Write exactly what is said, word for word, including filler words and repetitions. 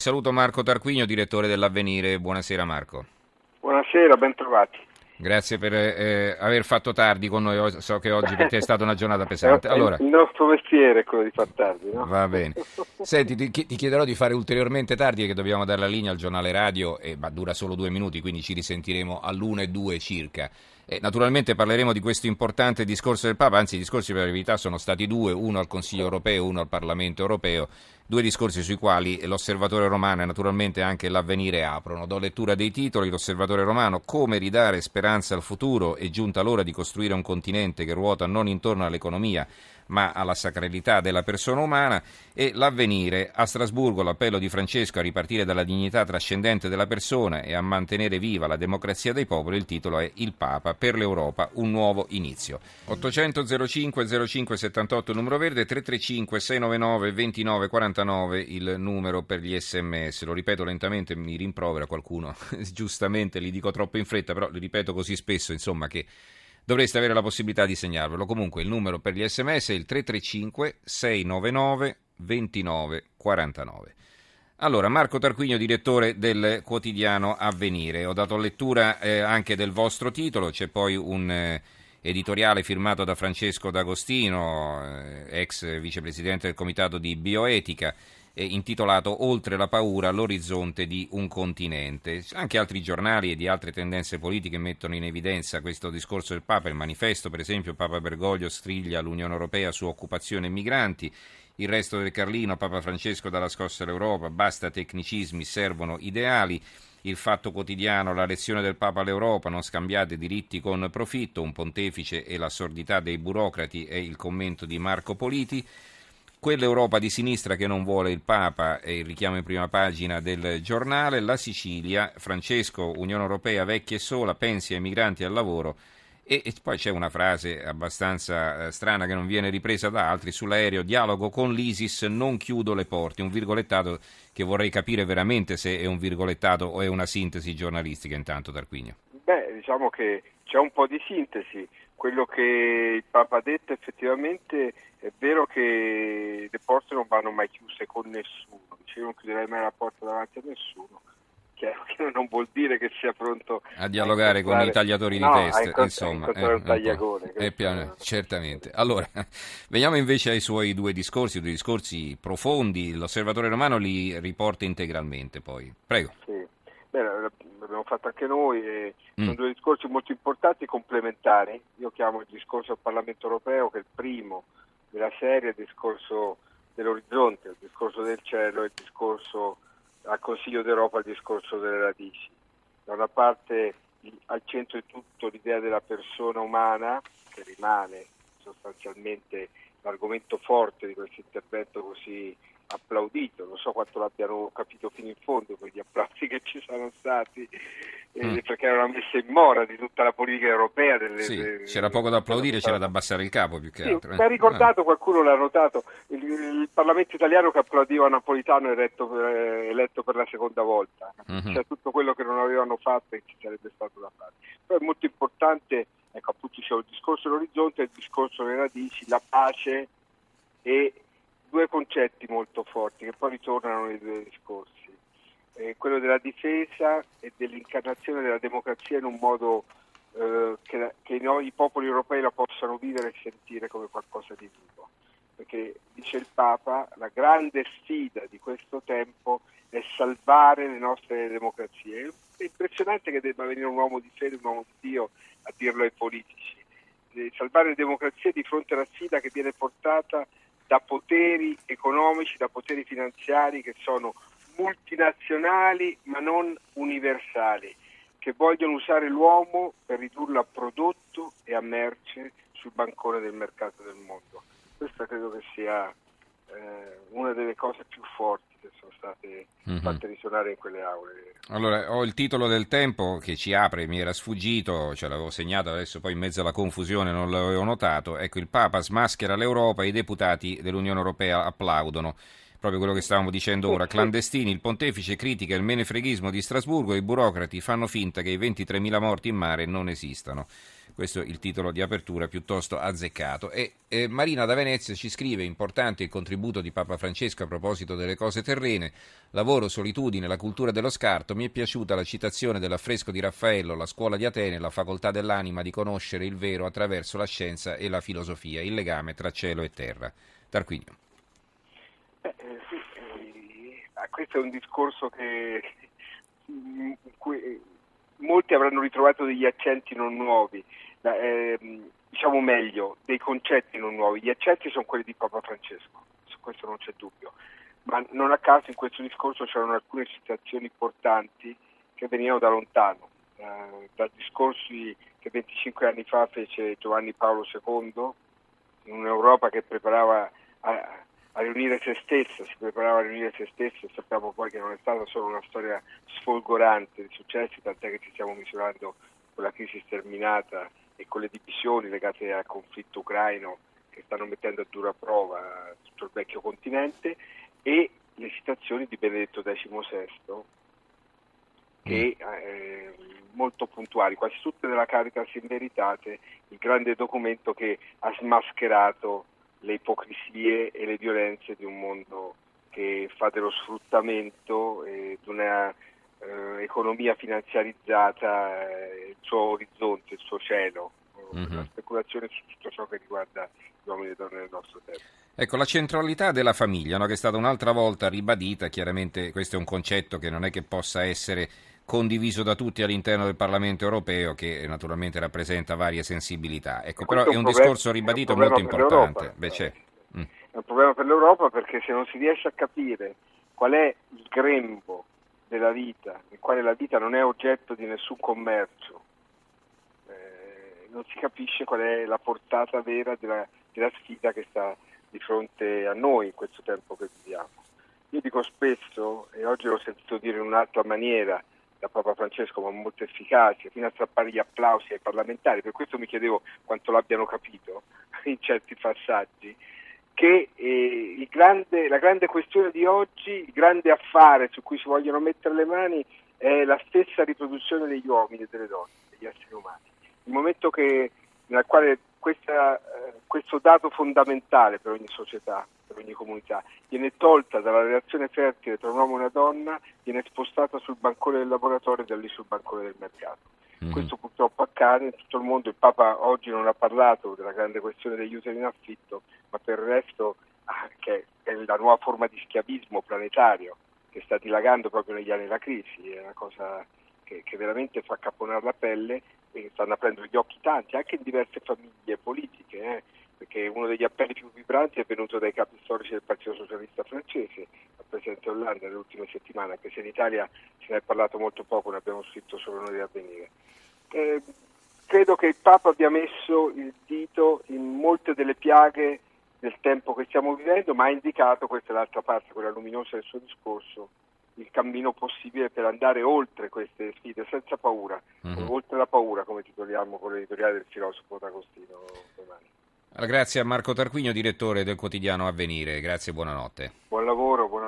Saluto Marco Tarquinio, direttore dell'Avvenire. Buonasera Marco. Buonasera, ben trovati. Grazie per eh, aver fatto tardi con noi. So che oggi per te è stata una giornata pesante. Allora, il nostro mestiere è quello di far tardi, no? va bene. Senti, ti, ti chiederò di fare ulteriormente tardi perché dobbiamo dare la linea al giornale radio e ma dura solo due minuti, quindi ci risentiremo all'una e due circa. E naturalmente parleremo di questo importante discorso del Papa, anzi i discorsi per la verità sono stati due, uno al Consiglio europeo, uno al Parlamento europeo, due discorsi sui quali l'Osservatore Romano e naturalmente anche l'Avvenire aprono. Do lettura dei titoli: l'Osservatore Romano, come ridare speranza al futuro, è giunta l'ora di costruire un continente che ruota non intorno all'economia ma alla sacralità della persona umana, e l'Avvenire, a Strasburgo l'appello di Francesco a ripartire dalla dignità trascendente della persona e a mantenere viva la democrazia dei popoli. Il titolo è Il Papa per l'Europa, un nuovo inizio. ottocento zero cinque zero cinque settantotto il numero verde, tre tre cinque sei nove nove due nove quattro nove il numero per gli sms. Lo ripeto lentamente, mi rimprovera qualcuno, giustamente li dico troppo in fretta, però li ripeto così spesso, insomma, che dovreste avere la possibilità di segnarvelo. Comunque il numero per gli sms è il tre tre cinque sei nove nove due nove quattro nove. Allora, Marco Tarquinio, direttore del quotidiano Avvenire. Ho dato lettura eh, anche del vostro titolo, c'è poi un eh, editoriale firmato da Francesco D'Agostino, eh, ex vicepresidente del Comitato di Bioetica, eh, intitolato Oltre la paura, l'orizzonte di un continente. Anche altri giornali e di altre tendenze politiche mettono in evidenza questo discorso del Papa. Il Manifesto, per esempio, Papa Bergoglio striglia l'Unione Europea su occupazione e migranti. Il Resto del Carlino, Papa Francesco dà la scossa all'Europa, basta tecnicismi, servono ideali. Il Fatto Quotidiano, la lezione del Papa all'Europa, non scambiate diritti con profitto, un pontefice e la sordità dei burocrati, è il commento di Marco Politi. Quell'Europa di sinistra che non vuole il Papa è il richiamo in prima pagina del giornale. La Sicilia, Francesco, Unione Europea vecchia e sola, pensi ai migranti e al lavoro. E, e poi c'è una frase abbastanza eh, strana che non viene ripresa da altri sull'aereo: dialogo con l'ISIS, non chiudo le porte. Un virgolettato che vorrei capire veramente se è un virgolettato o è una sintesi giornalistica. Intanto, Tarquinio. Beh, diciamo che c'è un po' di sintesi. Quello che il Papa ha detto effettivamente è vero che le porte non vanno mai chiuse con nessuno, dice io non chiuderei mai la porta davanti a nessuno. Chiaro che non vuol dire che sia pronto a dialogare a con i tagliatori no, di testa, a insomma, a eh, un tagliagone. è piano, certamente. Allora, veniamo invece ai suoi due discorsi, due discorsi profondi. L'Osservatore Romano li riporta integralmente poi. Prego. Sì. Bene, l'abbiamo fatto anche noi, e Mm. sono due discorsi molto importanti, complementari. Io chiamo il discorso al Parlamento Europeo, che è il primo della serie, il discorso dell'orizzonte, il discorso del cielo, e il discorso al Consiglio d'Europa, il discorso delle radici. Da una parte al centro di tutto l'idea della persona umana, che rimane sostanzialmente l'argomento forte di questo intervento così applaudito. Non so quanto l'abbiano capito fino in fondo quegli applausi che ci sono stati, eh, Mm. perché era una messa in mora di tutta la politica europea. Delle, Sì, delle, c'era poco da applaudire, delle, c'era da abbassare il capo più che sì, altro. Eh. mi ha ricordato, qualcuno l'ha notato, il, il Parlamento italiano che applaudiva Napolitano eletto per, eletto per la seconda volta. Mm-hmm. Cioè tutto quello che non avevano fatto e ci sarebbe stato da fare. Poi è molto importante, ecco appunto c'è il discorso dell'orizzonte e il discorso delle radici, la pace, e due concetti molto forti che poi ritornano nei due discorsi. Eh, quello della difesa e dell'incarnazione della democrazia in un modo eh, che, che noi, i popoli europei la possano vivere e sentire come qualcosa di vivo. Perché, dice il Papa, la grande sfida di questo tempo è salvare le nostre democrazie. È impressionante che debba venire un uomo di fede, un uomo di Dio a dirlo ai politici. Eh, salvare le democrazie di fronte alla sfida che viene portata da poteri economici, da poteri finanziari che sono multinazionali ma non universali, che vogliono usare l'uomo per ridurlo a prodotto e a merce sul bancone del mercato del mondo. Questa credo che sia eh, una delle cose più forti che sono state mm-hmm. fatte risuonare in quelle aule. Allora, ho il titolo del Tempo che ci apre, mi era sfuggito, ce l'avevo segnato, adesso poi in mezzo alla confusione non l'avevo notato. Ecco, il Papa smaschera l'Europa, i deputati dell'Unione Europea applaudono. Proprio quello che stavamo dicendo ora. Clandestini, il pontefice critica il menefreghismo di Strasburgo, i burocrati fanno finta che i ventitremila morti in mare non esistano. Questo è il titolo di apertura piuttosto azzeccato. E eh, Marina da Venezia ci scrive: importante il contributo di Papa Francesco a proposito delle cose terrene, lavoro, solitudine, la cultura dello scarto. Mi è piaciuta la citazione dell'affresco di Raffaello, la scuola di Atene, la facoltà dell'anima di conoscere il vero attraverso la scienza e la filosofia, il legame tra cielo e terra. Tarquinio. Eh, sì, eh, questo è un discorso che in cui molti avranno ritrovato degli accenti non nuovi, eh, diciamo meglio, dei concetti non nuovi. Gli accenti sono quelli di Papa Francesco, su questo non c'è dubbio, ma non a caso in questo discorso c'erano alcune citazioni importanti che venivano da lontano, eh, da discorsi che venticinque anni fa fece Giovanni Paolo secondo in un'Europa che preparava a, a riunire se stessa, si preparava a riunire se stessa, e sappiamo poi che non è stata solo una storia sfolgorante di successi, tant'è che ci stiamo misurando con la crisi sterminata e con le divisioni legate al conflitto ucraino che stanno mettendo a dura prova tutto il vecchio continente, e le citazioni di Benedetto diciannovesimo che eh, molto puntuali, quasi tutte della Caritas in Veritate, il grande documento che ha smascherato le ipocrisie e le violenze di un mondo che fa dello sfruttamento e di una eh, economia finanziarizzata eh, il suo orizzonte, il suo cielo, mm-hmm. la speculazione su tutto ciò che riguarda gli uomini e donne del nostro tempo. Ecco, la centralità della famiglia, no, che è stata un'altra volta ribadita, chiaramente questo è un concetto che non è che possa essere condiviso da tutti all'interno del Parlamento europeo, che naturalmente rappresenta varie sensibilità. Ecco, però è un, un discorso ribadito molto importante. Beh, c'è. Mm. È un problema per l'Europa, perché se non si riesce a capire qual è il grembo della vita, nel quale la vita non è oggetto di nessun commercio, eh, non si capisce qual è la portata vera della, della sfida che sta di fronte a noi in questo tempo che viviamo. Io dico spesso, e oggi l'ho sentito dire in un'altra maniera da Papa Francesco, ma molto efficace, fino a strappare gli applausi ai parlamentari, per questo mi chiedevo quanto l'abbiano capito in certi passaggi, che eh, il grande, la grande questione di oggi, il grande affare su cui si vogliono mettere le mani è la stessa riproduzione degli uomini e delle donne, degli esseri umani. Il momento che, nel quale questa, eh, questo dato fondamentale per ogni società, per ogni comunità, viene tolta dalla relazione fertile tra un uomo e una donna, viene spostata sul bancone del laboratorio e da lì sul bancone del mercato. Mm-hmm. Questo purtroppo accade in tutto il mondo. Il Papa oggi non ha parlato della grande questione degli uteri in affitto, ma per il resto, ah, che è la nuova forma di schiavismo planetario che sta dilagando proprio negli anni della crisi, è una cosa che, che veramente fa caponare la pelle, e stanno aprendo gli occhi tanti, anche in diverse famiglie politiche, eh, perché uno degli appelli più vibranti è venuto dai capi storici del Partito Socialista francese, al Presidente Hollande, nelle ultime settimane, anche se in Italia se ne è parlato molto poco, ne abbiamo scritto solo noi di Avvenire. Eh, credo che il Papa abbia messo il dito in molte delle piaghe del tempo che stiamo vivendo, ma ha indicato, questa è l'altra parte, quella luminosa del suo discorso, il cammino possibile per andare oltre queste sfide senza paura, mm-hmm. oltre la paura, come titoliamo con l'editoriale del filosofo D'Agostino domani. Allora, grazie a Marco Tarquinio, direttore del quotidiano Avvenire. Grazie e buonanotte. Buon lavoro, buon